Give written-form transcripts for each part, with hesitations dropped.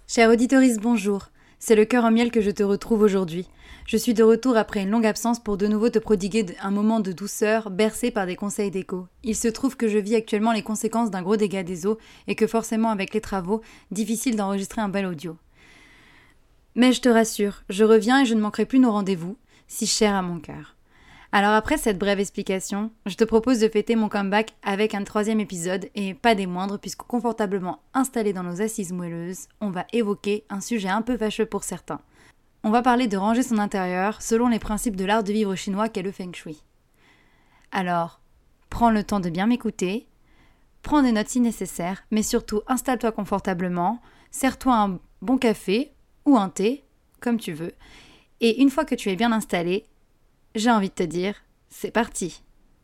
Chère auditorice, bonjour. C'est le cœur en miel que je te retrouve aujourd'hui. Je suis de retour après une longue absence pour de nouveau te prodiguer un moment de douceur, bercé par des conseils d'écho. Il se trouve que je vis actuellement les conséquences d'un gros dégât des eaux et que forcément avec les travaux, difficile d'enregistrer un bel audio. Mais je te rassure, je reviens et je ne manquerai plus nos rendez-vous, si chers à mon cœur. Alors après cette brève explication, je te propose de fêter mon comeback avec un 3e épisode, et pas des moindres puisque confortablement installés dans nos assises moelleuses, on va évoquer un sujet un peu fâcheux pour certains. On va parler de ranger son intérieur selon les principes de l'art de vivre chinois qu'est le Feng Shui. Alors, prends le temps de bien m'écouter, prends des notes si nécessaire, mais surtout installe-toi confortablement, sers-toi un bon café ou un thé, comme tu veux, et une fois que tu es bien installé, j'ai envie de te dire, c'est parti!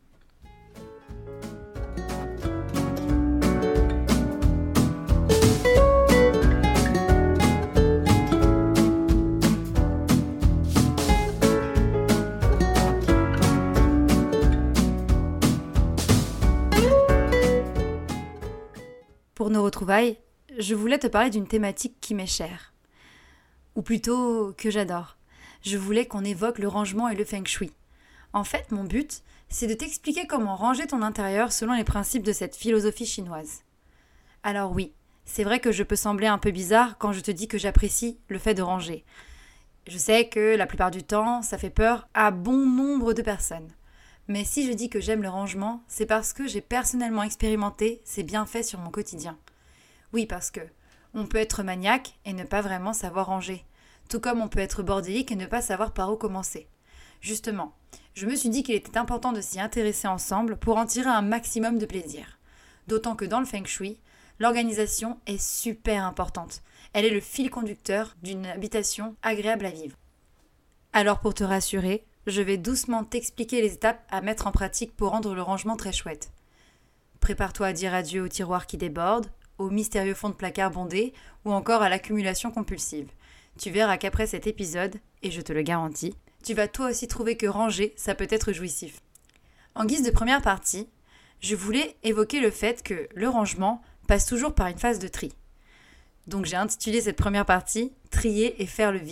Pour nos retrouvailles, je voulais te parler d'une thématique qui m'est chère. Ou plutôt que j'adore. Je voulais qu'on évoque le rangement et le Feng Shui. En fait, mon but, c'est de t'expliquer comment ranger ton intérieur selon les principes de cette philosophie chinoise. Alors oui, c'est vrai que je peux sembler un peu bizarre quand je te dis que j'apprécie le fait de ranger. Je sais que la plupart du temps, ça fait peur à bon nombre de personnes. Mais si je dis que j'aime le rangement, c'est parce que j'ai personnellement expérimenté ces bienfaits sur mon quotidien. Oui, parce que on peut être maniaque et ne pas vraiment savoir ranger. Tout comme on peut être bordélique et ne pas savoir par où commencer. Justement, je me suis dit qu'il était important de s'y intéresser ensemble pour en tirer un maximum de plaisir. D'autant que dans le Feng Shui, l'organisation est super importante. Elle est le fil conducteur d'une habitation agréable à vivre. Alors pour te rassurer, je vais doucement t'expliquer les étapes à mettre en pratique pour rendre le rangement très chouette. Prépare-toi à dire adieu aux tiroirs qui débordent, aux mystérieux fonds de placard bondés ou encore à l'accumulation compulsive. Tu verras qu'après cet épisode, et je te le garantis, tu vas toi aussi trouver que ranger, ça peut être jouissif. En guise de première partie, je voulais évoquer le fait que le rangement passe toujours par une phase de tri. Donc j'ai intitulé cette première partie « Trier et faire le vide ».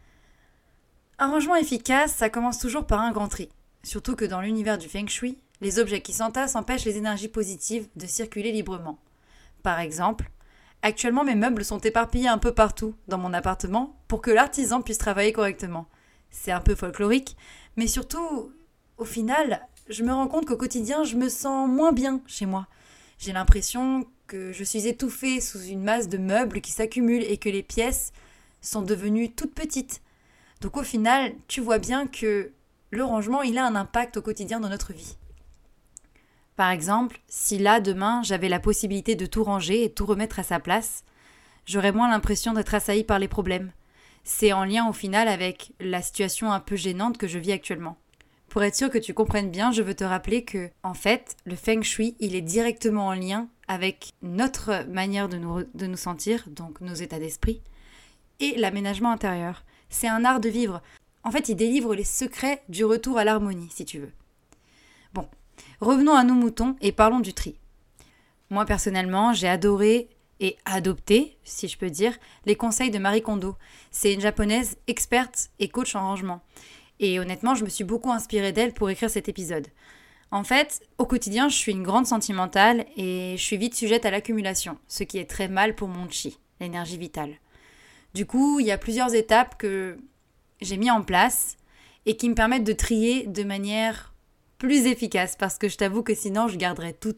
Un rangement efficace, ça commence toujours par un grand tri. Surtout que dans l'univers du Feng Shui, les objets qui s'entassent empêchent les énergies positives de circuler librement. Par exemple, actuellement mes meubles sont éparpillés un peu partout dans mon appartement pour que l'artisan puisse travailler correctement. C'est un peu folklorique, mais surtout, au final, je me rends compte qu'au quotidien, je me sens moins bien chez moi. J'ai l'impression que je suis étouffée sous une masse de meubles qui s'accumulent et que les pièces sont devenues toutes petites. Donc au final, tu vois bien que le rangement, il a un impact au quotidien dans notre vie. Par exemple, si là, demain, j'avais la possibilité de tout ranger et tout remettre à sa place, j'aurais moins l'impression d'être assaillie par les problèmes. C'est en lien au final avec la situation un peu gênante que je vis actuellement. Pour être sûr que tu comprennes bien, je veux te rappeler que, en fait, le Feng Shui, il est directement en lien avec notre manière de nous sentir, donc nos états d'esprit, et l'aménagement intérieur. C'est un art de vivre. En fait, il délivre les secrets du retour à l'harmonie, si tu veux. Bon, revenons à nos moutons et parlons du tri. Moi, personnellement, j'ai adoré et adopté, si je peux dire, les conseils de Marie Kondo. C'est une japonaise experte et coach en rangement. Et honnêtement, je me suis beaucoup inspirée d'elle pour écrire cet épisode. En fait, au quotidien, je suis une grande sentimentale et je suis vite sujette à l'accumulation, ce qui est très mal pour mon chi, l'énergie vitale. Du coup, il y a plusieurs étapes que j'ai mis en place et qui me permettent de trier de manière plus efficace parce que je t'avoue que sinon, je garderais tout.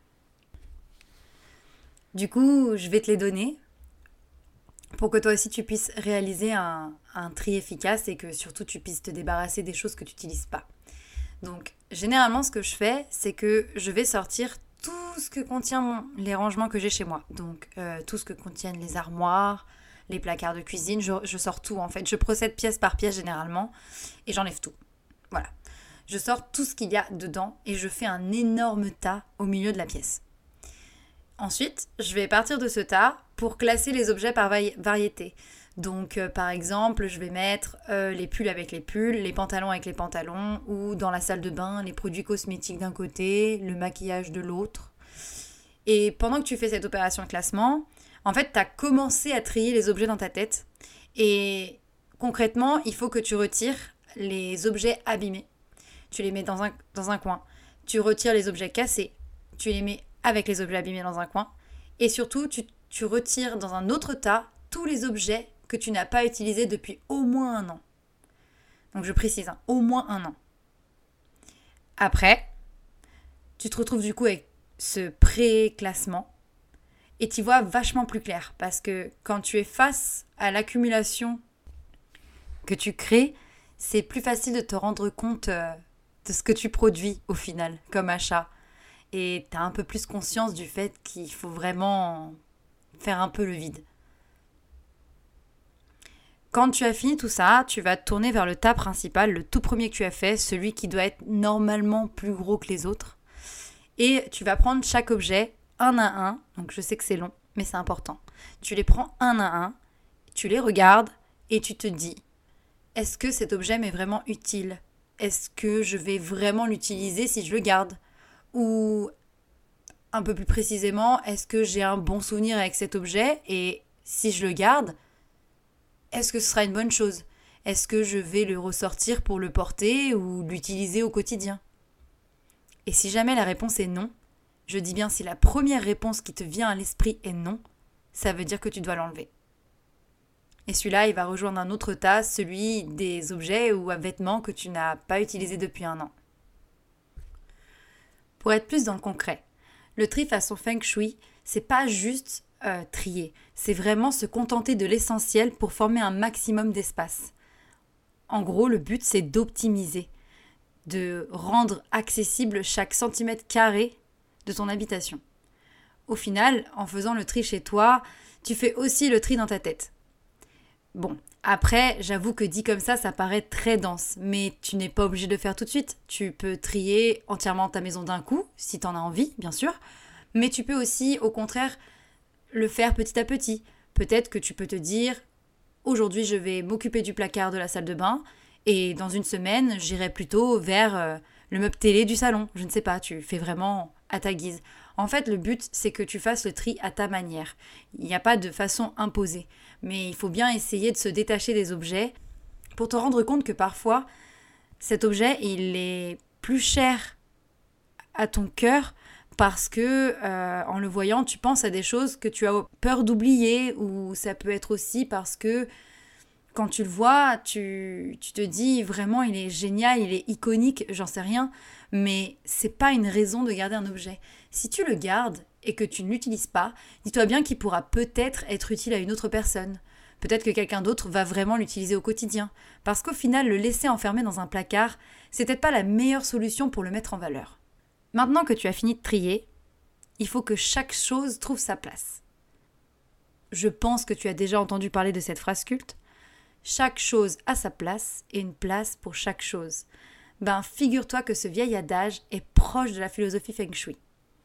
Du coup, je vais te les donner pour que toi aussi tu puisses réaliser un tri efficace et que surtout tu puisses te débarrasser des choses que tu n'utilises pas. Donc, généralement, ce que je fais, c'est que je vais sortir tout ce que contient les rangements que j'ai chez moi. Donc, tout ce que contiennent les armoires, les placards de cuisine, je sors tout en fait. Je procède pièce par pièce généralement et j'enlève tout. Voilà. Je sors tout ce qu'il y a dedans et je fais un énorme tas au milieu de la pièce. Ensuite, je vais partir de ce tas pour classer les objets par variété. Donc, par exemple, je vais mettre les pulls avec les pulls, les pantalons avec les pantalons, ou dans la salle de bain, les produits cosmétiques d'un côté, le maquillage de l'autre. Et pendant que tu fais cette opération de classement, En fait, tu as commencé à trier les objets dans ta tête et concrètement, il faut que tu retires les objets abîmés. Tu les mets dans un coin. Tu retires les objets cassés. Tu les mets avec les objets abîmés dans un coin. Et surtout, tu retires dans un autre tas tous les objets que tu n'as pas utilisés depuis au moins 1 an. Donc je précise, au moins 1 an. Après, tu te retrouves du coup avec ce pré-classement et tu vois vachement plus clair parce que quand tu es face à l'accumulation que tu crées, c'est plus facile de te rendre compte de ce que tu produis au final comme achat. Et tu as un peu plus conscience du fait qu'il faut vraiment faire un peu le vide. Quand tu as fini tout ça, tu vas te tourner vers le tas principal, le tout premier que tu as fait, celui qui doit être normalement plus gros que les autres. Et tu vas prendre chaque objet un à un, donc je sais que c'est long, mais c'est important. Tu les prends un à un, tu les regardes et tu te dis, est-ce que cet objet m'est vraiment utile ? Est-ce que je vais vraiment l'utiliser si je le garde ? Ou un peu plus précisément, est-ce que j'ai un bon souvenir avec cet objet et si je le garde, est-ce que ce sera une bonne chose ? Est-ce que je vais le ressortir pour le porter ou l'utiliser au quotidien ? Et si jamais la réponse est non, je dis bien si la première réponse qui te vient à l'esprit est non, ça veut dire que tu dois l'enlever. Et celui-là, il va rejoindre un autre tas, celui des objets ou vêtements que tu n'as pas utilisés depuis 1 an. Pour être plus dans le concret, le tri façon Feng Shui, c'est pas juste trier, c'est vraiment se contenter de l'essentiel pour former un maximum d'espace. En gros, le but, c'est d'optimiser, de rendre accessible chaque centimètre carré de ton habitation. Au final, en faisant le tri chez toi, tu fais aussi le tri dans ta tête. Bon, après, j'avoue que dit comme ça paraît très dense, mais tu n'es pas obligé de le faire tout de suite. Tu peux trier entièrement ta maison d'un coup, si tu en as envie, bien sûr, mais tu peux aussi, au contraire, le faire petit à petit. Peut-être que tu peux te dire, aujourd'hui je vais m'occuper du placard de la salle de bain, et dans 1 semaine, j'irai plutôt vers le meuble télé du salon. Je ne sais pas, tu fais vraiment à ta guise. En fait, le but, c'est que tu fasses le tri à ta manière. Il n'y a pas de façon imposée. Mais il faut bien essayer de se détacher des objets pour te rendre compte que parfois, cet objet, il est plus cher à ton cœur parce que en le voyant, tu penses à des choses que tu as peur d'oublier, ou ça peut être aussi parce que quand tu le vois, tu te dis vraiment il est génial, il est iconique, j'en sais rien, mais c'est pas une raison de garder un objet. Si tu le gardes et que tu ne l'utilises pas, dis-toi bien qu'il pourra peut-être être utile à une autre personne. Peut-être que quelqu'un d'autre va vraiment l'utiliser au quotidien. Parce qu'au final, le laisser enfermé dans un placard, c'est peut-être pas la meilleure solution pour le mettre en valeur. Maintenant que tu as fini de trier, il faut que chaque chose trouve sa place. Je pense que tu as déjà entendu parler de cette phrase culte. Chaque chose a sa place et une place pour chaque chose. Figure-toi que ce vieil adage est proche de la philosophie Feng Shui.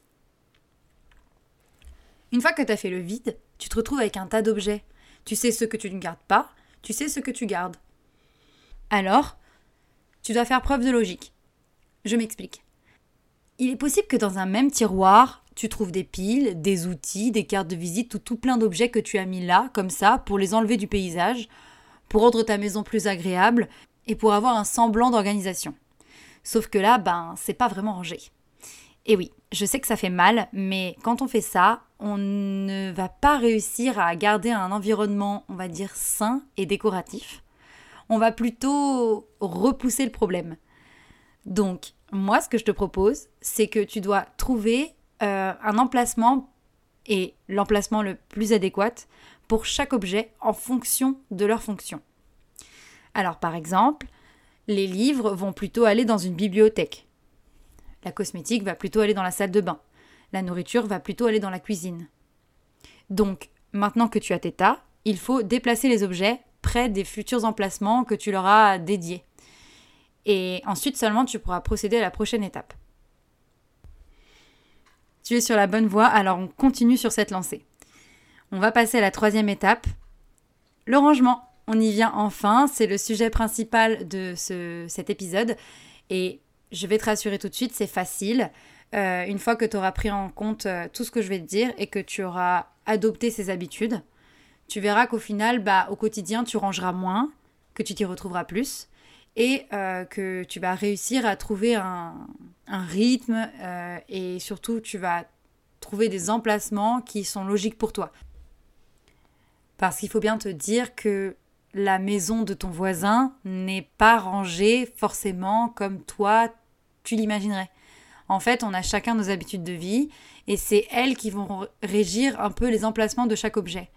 Une fois que tu as fait le vide, tu te retrouves avec un tas d'objets. Tu sais ce que tu ne gardes pas, tu sais ce que tu gardes. Alors, tu dois faire preuve de logique. Je m'explique. Il est possible que dans un même tiroir, tu trouves des piles, des outils, des cartes de visite ou tout plein d'objets que tu as mis là, comme ça, pour les enlever du paysage, pour rendre ta maison plus agréable et pour avoir un semblant d'organisation. Sauf que là, c'est pas vraiment rangé. Et oui, je sais que ça fait mal, mais quand on fait ça, on ne va pas réussir à garder un environnement, on va dire, sain et décoratif. On va plutôt repousser le problème. Donc, moi, ce que je te propose, c'est que tu dois trouver un emplacement, et l'emplacement le plus adéquat, pour chaque objet en fonction de leur fonction. Alors, par exemple, les livres vont plutôt aller dans une bibliothèque. La cosmétique va plutôt aller dans la salle de bain. La nourriture va plutôt aller dans la cuisine. Donc, maintenant que tu as tes tas, il faut déplacer les objets près des futurs emplacements que tu leur as dédiés. Et ensuite seulement, tu pourras procéder à la prochaine étape. Tu es sur la bonne voie, alors on continue sur cette lancée. On va passer à la 3e étape, le rangement. On y vient enfin, c'est le sujet principal de cet épisode. Et je vais te rassurer tout de suite, c'est facile. Une fois que tu auras pris en compte tout ce que je vais te dire et que tu auras adopté ces habitudes, tu verras qu'au final, au quotidien, tu rangeras moins, que tu t'y retrouveras plus et que tu vas réussir à trouver un rythme et surtout, tu vas trouver des emplacements qui sont logiques pour toi. Parce qu'il faut bien te dire que la maison de ton voisin n'est pas rangée forcément comme toi, tu l'imaginerais. En fait, on a chacun nos habitudes de vie et c'est elles qui vont régir un peu les emplacements de chaque objet.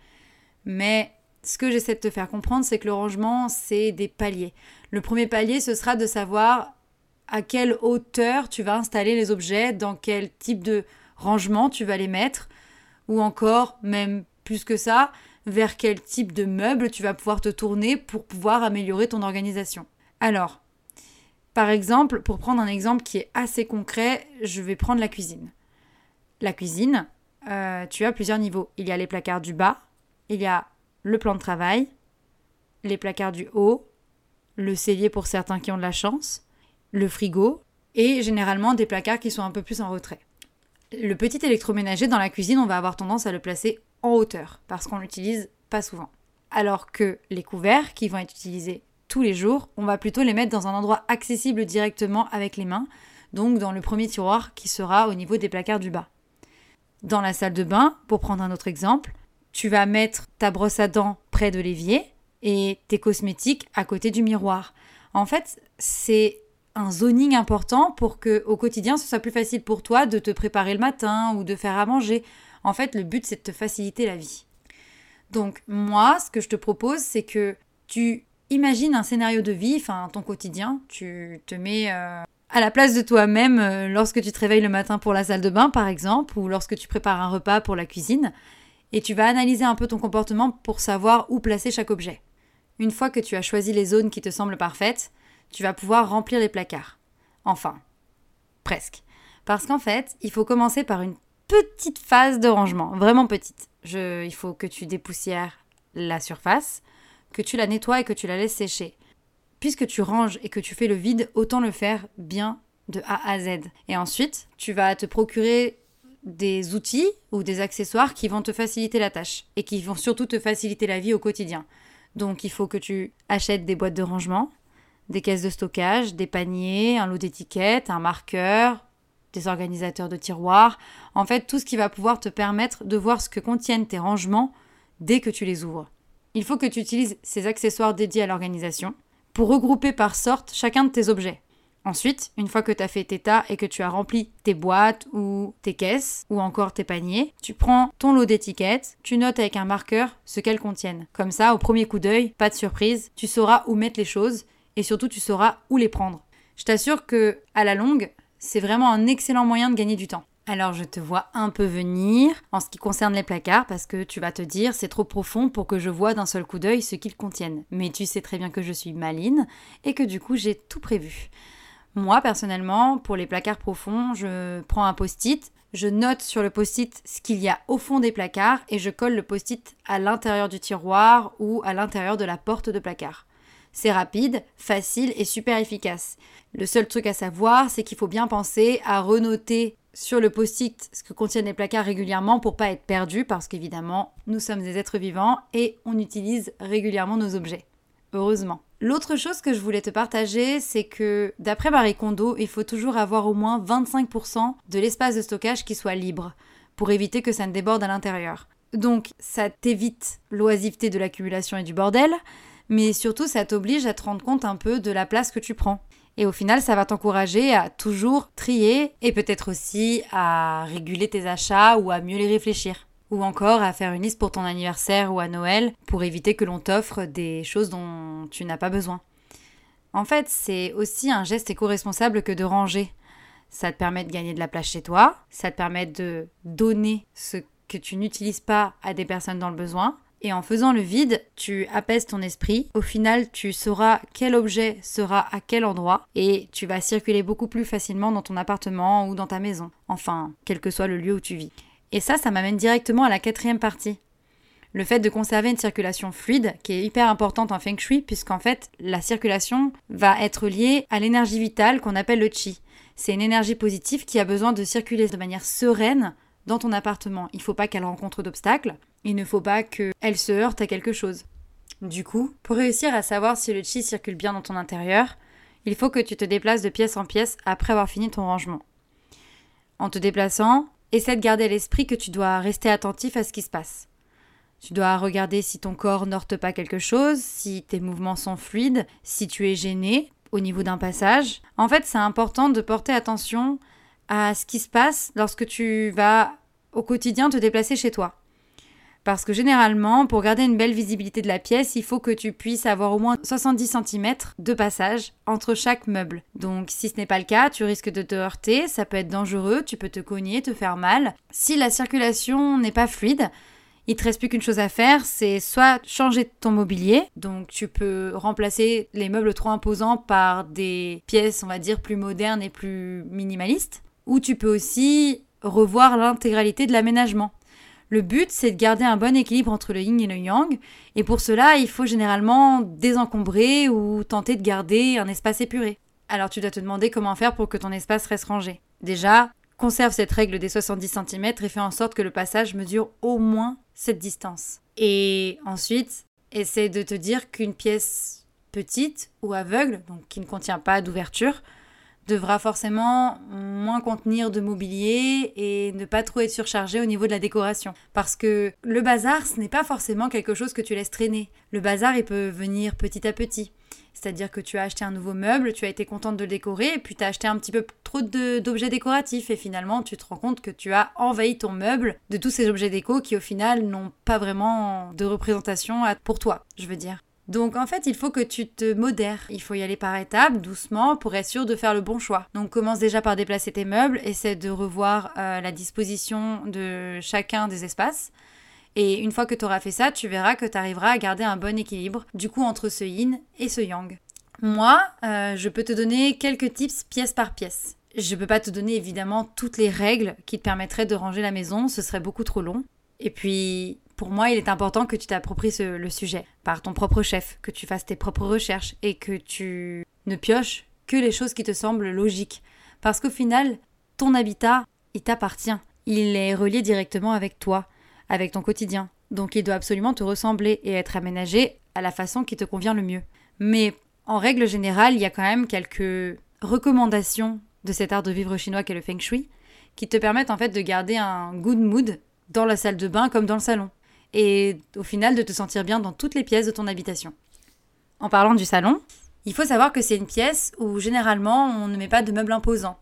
Mais ce que j'essaie de te faire comprendre, c'est que le rangement, c'est des paliers. Le premier palier, ce sera de savoir à quelle hauteur tu vas installer les objets, dans quel type de rangement tu vas les mettre, ou encore, même plus que ça, vers quel type de meuble tu vas pouvoir te tourner pour pouvoir améliorer ton organisation. Alors, par exemple, pour prendre un exemple qui est assez concret, je vais prendre la cuisine. La cuisine, tu as plusieurs niveaux. Il y a les placards du bas, il y a le plan de travail, les placards du haut, le cellier pour certains qui ont de la chance, le frigo et généralement des placards qui sont un peu plus en retrait. Le petit électroménager dans la cuisine, on va avoir tendance à le placer en hauteur parce qu'on l'utilise pas souvent. Alors que les couverts qui vont être utilisés tous les jours, on va plutôt les mettre dans un endroit accessible directement avec les mains, donc dans le premier tiroir qui sera au niveau des placards du bas. Dans la salle de bain, pour prendre un autre exemple, tu vas mettre ta brosse à dents près de l'évier et tes cosmétiques à côté du miroir. En fait, c'est un zoning important pour que au quotidien, ce soit plus facile pour toi de te préparer le matin ou de faire à manger. En fait, le but, c'est de te faciliter la vie. Donc, moi, ce que je te propose, c'est que tu imagines un scénario de vie, ton quotidien. Tu te mets à la place de toi-même lorsque tu te réveilles le matin pour la salle de bain, par exemple, ou lorsque tu prépares un repas pour la cuisine. Et tu vas analyser un peu ton comportement pour savoir où placer chaque objet. Une fois que tu as choisi les zones qui te semblent parfaites, tu vas pouvoir remplir les placards. Enfin, presque. Parce qu'en fait, il faut commencer par une petite phase de rangement, vraiment petite. Il faut que tu dépoussières la surface, que tu la nettoies et que tu la laisses sécher. Puisque tu ranges et que tu fais le vide, autant le faire bien de A à Z. Et ensuite, tu vas te procurer des outils ou des accessoires qui vont te faciliter la tâche et qui vont surtout te faciliter la vie au quotidien. Donc, il faut que tu achètes des boîtes de rangement, des caisses de stockage, des paniers, un lot d'étiquettes, un marqueur, des organisateurs de tiroirs. En fait, tout ce qui va pouvoir te permettre de voir ce que contiennent tes rangements dès que tu les ouvres. Il faut que tu utilises ces accessoires dédiés à l'organisation pour regrouper par sorte chacun de tes objets. Ensuite, une fois que tu as fait tes tas et que tu as rempli tes boîtes ou tes caisses ou encore tes paniers, tu prends ton lot d'étiquettes, tu notes avec un marqueur ce qu'elles contiennent. Comme ça, au premier coup d'œil, pas de surprise, tu sauras où mettre les choses et surtout tu sauras où les prendre. Je t'assure que à la longue, c'est vraiment un excellent moyen de gagner du temps. Alors je te vois un peu venir en ce qui concerne les placards parce que tu vas te dire c'est trop profond pour que je vois d'un seul coup d'œil ce qu'ils contiennent. Mais tu sais très bien que je suis maline et que du coup j'ai tout prévu. Moi, personnellement, pour les placards profonds, je prends un post-it, je note sur le post-it ce qu'il y a au fond des placards et je colle le post-it à l'intérieur du tiroir ou à l'intérieur de la porte de placard. C'est rapide, facile et super efficace. Le seul truc à savoir, c'est qu'il faut bien penser à renoter sur le post-it ce que contiennent les placards régulièrement pour pas être perdu parce qu'évidemment, nous sommes des êtres vivants et on utilise régulièrement nos objets. Heureusement. L'autre chose que je voulais te partager, c'est que d'après Marie Kondo, il faut toujours avoir au moins 25% de l'espace de stockage qui soit libre pour éviter que ça ne déborde à l'intérieur. Donc ça t'évite l'oisiveté de l'accumulation et du bordel, mais surtout ça t'oblige à te rendre compte un peu de la place que tu prends. Et au final, ça va t'encourager à toujours trier et peut-être aussi à réguler tes achats ou à mieux les réfléchir. Ou encore à faire une liste pour ton anniversaire ou à Noël pour éviter que l'on t'offre des choses dont tu n'as pas besoin. En fait, c'est aussi un geste éco-responsable que de ranger. Ça te permet de gagner de la place chez toi, ça te permet de donner ce que tu n'utilises pas à des personnes dans le besoin. Et en faisant le vide, tu apaises ton esprit. Au final, tu sauras quel objet sera à quel endroit et tu vas circuler beaucoup plus facilement dans ton appartement ou dans ta maison. Enfin, quel que soit le lieu où tu vis. Et ça m'amène directement à la 4e partie. Le fait de conserver une circulation fluide, qui est hyper importante en Feng Shui, puisqu'en fait, la circulation va être liée à l'énergie vitale qu'on appelle le Qi. C'est une énergie positive qui a besoin de circuler de manière sereine dans ton appartement. Il ne faut pas qu'elle rencontre d'obstacles, il ne faut pas qu'elle se heurte à quelque chose. Du coup, pour réussir à savoir si le Qi circule bien dans ton intérieur, il faut que tu te déplaces de pièce en pièce après avoir fini ton rangement. En te déplaçant, essaie de garder à l'esprit que tu dois rester attentif à ce qui se passe. Tu dois regarder si ton corps n'heurte pas quelque chose, si tes mouvements sont fluides, si tu es gêné au niveau d'un passage. En fait, c'est important de porter attention à ce qui se passe lorsque tu vas au quotidien te déplacer chez toi. Parce que généralement, pour garder une belle visibilité de la pièce, il faut que tu puisses avoir au moins 70 cm de passage entre chaque meuble. Donc si ce n'est pas le cas, tu risques de te heurter, ça peut être dangereux, tu peux te cogner, te faire mal. Si la circulation n'est pas fluide, il te reste plus qu'une chose à faire, c'est soit changer ton mobilier, donc tu peux remplacer les meubles trop imposants par des pièces, on va dire, plus modernes et plus minimalistes, ou tu peux aussi revoir l'intégralité de l'aménagement. Le but, c'est de garder un bon équilibre entre le yin et le yang, et pour cela, il faut généralement désencombrer ou tenter de garder un espace épuré. Alors tu dois te demander comment faire pour que ton espace reste rangé. Déjà, conserve cette règle des 70 cm et fais en sorte que le passage mesure au moins cette distance. Et ensuite, essaie de te dire qu'une pièce petite ou aveugle, donc qui ne contient pas d'ouverture, devra forcément moins contenir de mobilier et ne pas trop être surchargé au niveau de la décoration. Parce que le bazar, ce n'est pas forcément quelque chose que tu laisses traîner. Le bazar, il peut venir petit à petit. C'est-à-dire que tu as acheté un nouveau meuble, tu as été contente de le décorer, et puis tu as acheté un petit peu trop d'objets décoratifs, et finalement tu te rends compte que tu as envahi ton meuble de tous ces objets déco qui au final n'ont pas vraiment de représentation pour toi, je veux dire. Donc en fait, il faut que tu te modères. Il faut y aller par étapes, doucement, pour être sûr de faire le bon choix. Donc commence déjà par déplacer tes meubles, essaie de revoir la disposition de chacun des espaces. Et une fois que tu auras fait ça, tu verras que tu arriveras à garder un bon équilibre, du coup, entre ce yin et ce yang. Moi, je peux te donner quelques tips pièce par pièce. Je peux pas te donner évidemment toutes les règles qui te permettraient de ranger la maison, ce serait beaucoup trop long. Et puis, pour moi, il est important que tu t'appropries le sujet par ton propre chef, que tu fasses tes propres recherches et que tu ne pioches que les choses qui te semblent logiques. Parce qu'au final, ton habitat, il t'appartient. Il est relié directement avec toi, avec ton quotidien. Donc il doit absolument te ressembler et être aménagé à la façon qui te convient le mieux. Mais en règle générale, il y a quand même quelques recommandations de cet art de vivre chinois qu'est le Feng Shui qui te permettent en fait de garder un good mood dans la salle de bain comme dans le salon. Et au final de te sentir bien dans toutes les pièces de ton habitation. En parlant du salon, il faut savoir que c'est une pièce où généralement on ne met pas de meubles imposants.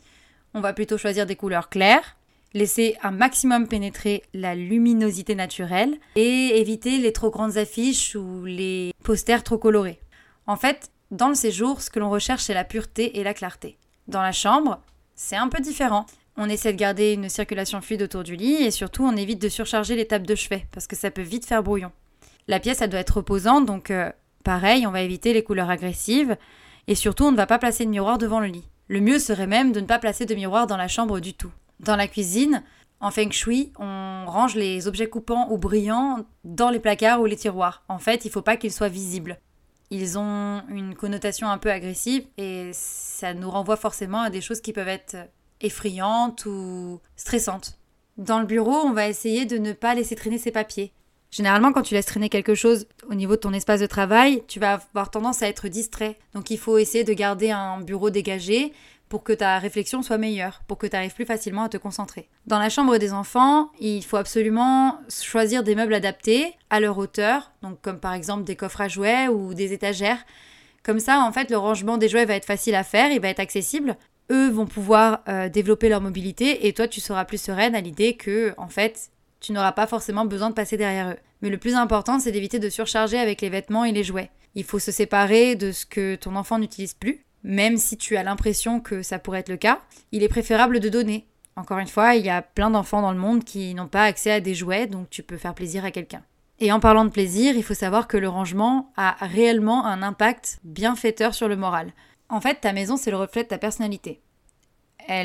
On va plutôt choisir des couleurs claires, laisser un maximum pénétrer la luminosité naturelle et éviter les trop grandes affiches ou les posters trop colorés. En fait, dans le séjour, ce que l'on recherche, c'est la pureté et la clarté. Dans la chambre, c'est un peu différent. On essaie de garder une circulation fluide autour du lit et surtout on évite de surcharger les tables de chevet parce que ça peut vite faire brouillon. La pièce, elle doit être reposante, donc pareil, on va éviter les couleurs agressives et surtout on ne va pas placer de miroir devant le lit. Le mieux serait même de ne pas placer de miroir dans la chambre du tout. Dans la cuisine, en Feng Shui, on range les objets coupants ou brillants dans les placards ou les tiroirs. En fait, il ne faut pas qu'ils soient visibles. Ils ont une connotation un peu agressive et ça nous renvoie forcément à des choses qui peuvent être effrayantes ou stressantes. Dans le bureau, on va essayer de ne pas laisser traîner ses papiers. Généralement, quand tu laisses traîner quelque chose au niveau de ton espace de travail, tu vas avoir tendance à être distrait. Donc il faut essayer de garder un bureau dégagé pour que ta réflexion soit meilleure, pour que tu arrives plus facilement à te concentrer. Dans la chambre des enfants, il faut absolument choisir des meubles adaptés à leur hauteur, donc comme par exemple des coffres à jouets ou des étagères. Comme ça, en fait, le rangement des jouets va être facile à faire, il va être accessible. Eux vont pouvoir développer leur mobilité et toi, tu seras plus sereine à l'idée que, en fait, tu n'auras pas forcément besoin de passer derrière eux. Mais le plus important, c'est d'éviter de surcharger avec les vêtements et les jouets. Il faut se séparer de ce que ton enfant n'utilise plus. Même si tu as l'impression que ça pourrait être le cas, il est préférable de donner. Encore une fois, il y a plein d'enfants dans le monde qui n'ont pas accès à des jouets, donc tu peux faire plaisir à quelqu'un. Et en parlant de plaisir, il faut savoir que le rangement a réellement un impact bienfaiteur sur le moral. En fait, ta maison, c'est le reflet de ta personnalité.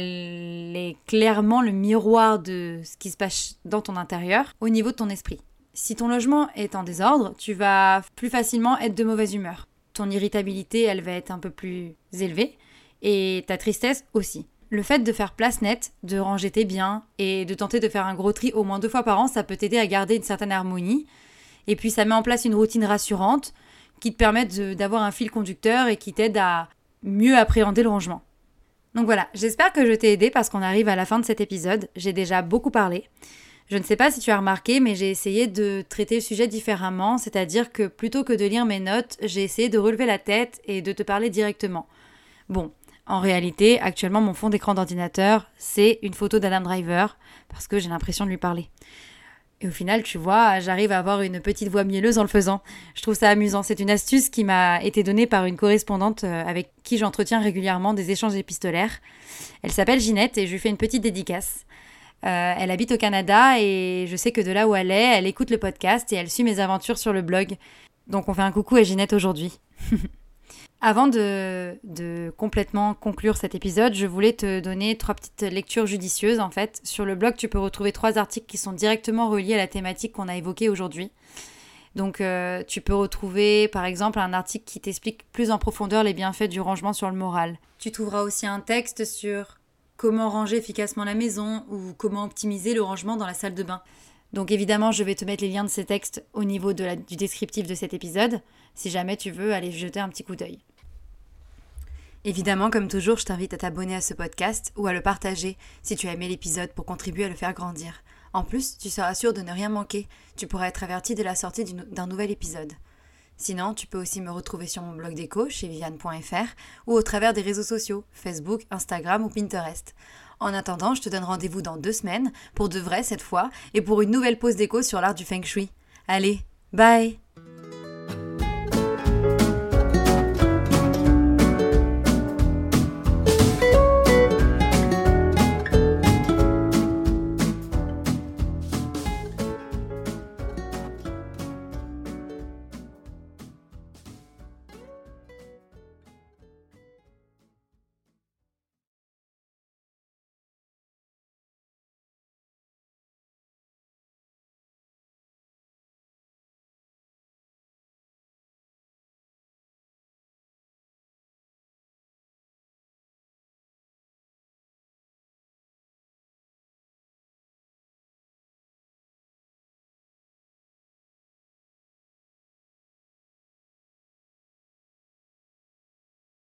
Elle est clairement le miroir de ce qui se passe dans ton intérieur, au niveau de ton esprit. Si ton logement est en désordre, tu vas plus facilement être de mauvaise humeur. Ton irritabilité, elle va être un peu plus élevée et ta tristesse aussi. Le fait de faire place nette, de ranger tes biens et de tenter de faire un gros tri au moins 2 fois par an, ça peut t'aider à garder une certaine harmonie. Et puis ça met en place une routine rassurante qui te permet d'avoir un fil conducteur et qui t'aide à mieux appréhender le rangement. Donc voilà, j'espère que je t'ai aidé parce qu'on arrive à la fin de cet épisode. J'ai déjà beaucoup parlé. Je ne sais pas si tu as remarqué, mais j'ai essayé de traiter le sujet différemment, c'est-à-dire que plutôt que de lire mes notes, j'ai essayé de relever la tête et de te parler directement. Bon, en réalité, actuellement, mon fond d'écran d'ordinateur, c'est une photo d'Adam Driver, parce que j'ai l'impression de lui parler. Et au final, tu vois, j'arrive à avoir une petite voix mielleuse en le faisant. Je trouve ça amusant. C'est une astuce qui m'a été donnée par une correspondante avec qui j'entretiens régulièrement des échanges épistolaires. Elle s'appelle Ginette et je lui fais une petite dédicace. Elle habite au Canada et je sais que de là où elle écoute le podcast et elle suit mes aventures sur le blog. Donc on fait un coucou à Ginette aujourd'hui. Avant de complètement conclure cet épisode, je voulais te donner 3 petites lectures judicieuses en fait. Sur le blog, tu peux retrouver 3 articles qui sont directement reliés à la thématique qu'on a évoquée aujourd'hui. Donc tu peux retrouver par exemple un article qui t'explique plus en profondeur les bienfaits du rangement sur le moral. Tu trouveras aussi un texte sur comment ranger efficacement la maison ou comment optimiser le rangement dans la salle de bain. Donc évidemment, je vais te mettre les liens de ces textes au niveau du descriptif de cet épisode, si jamais tu veux aller jeter un petit coup d'œil. Évidemment, comme toujours, je t'invite à t'abonner à ce podcast ou à le partager si tu as aimé l'épisode pour contribuer à le faire grandir. En plus, tu seras sûr de ne rien manquer, tu pourras être averti de la sortie d'un nouvel épisode. Sinon, tu peux aussi me retrouver sur mon blog d'éco chez viviane.fr ou au travers des réseaux sociaux, Facebook, Instagram ou Pinterest. En attendant, je te donne rendez-vous dans 2 semaines, pour de vrai cette fois, et pour une nouvelle pause d'éco sur l'art du Feng Shui. Allez, bye!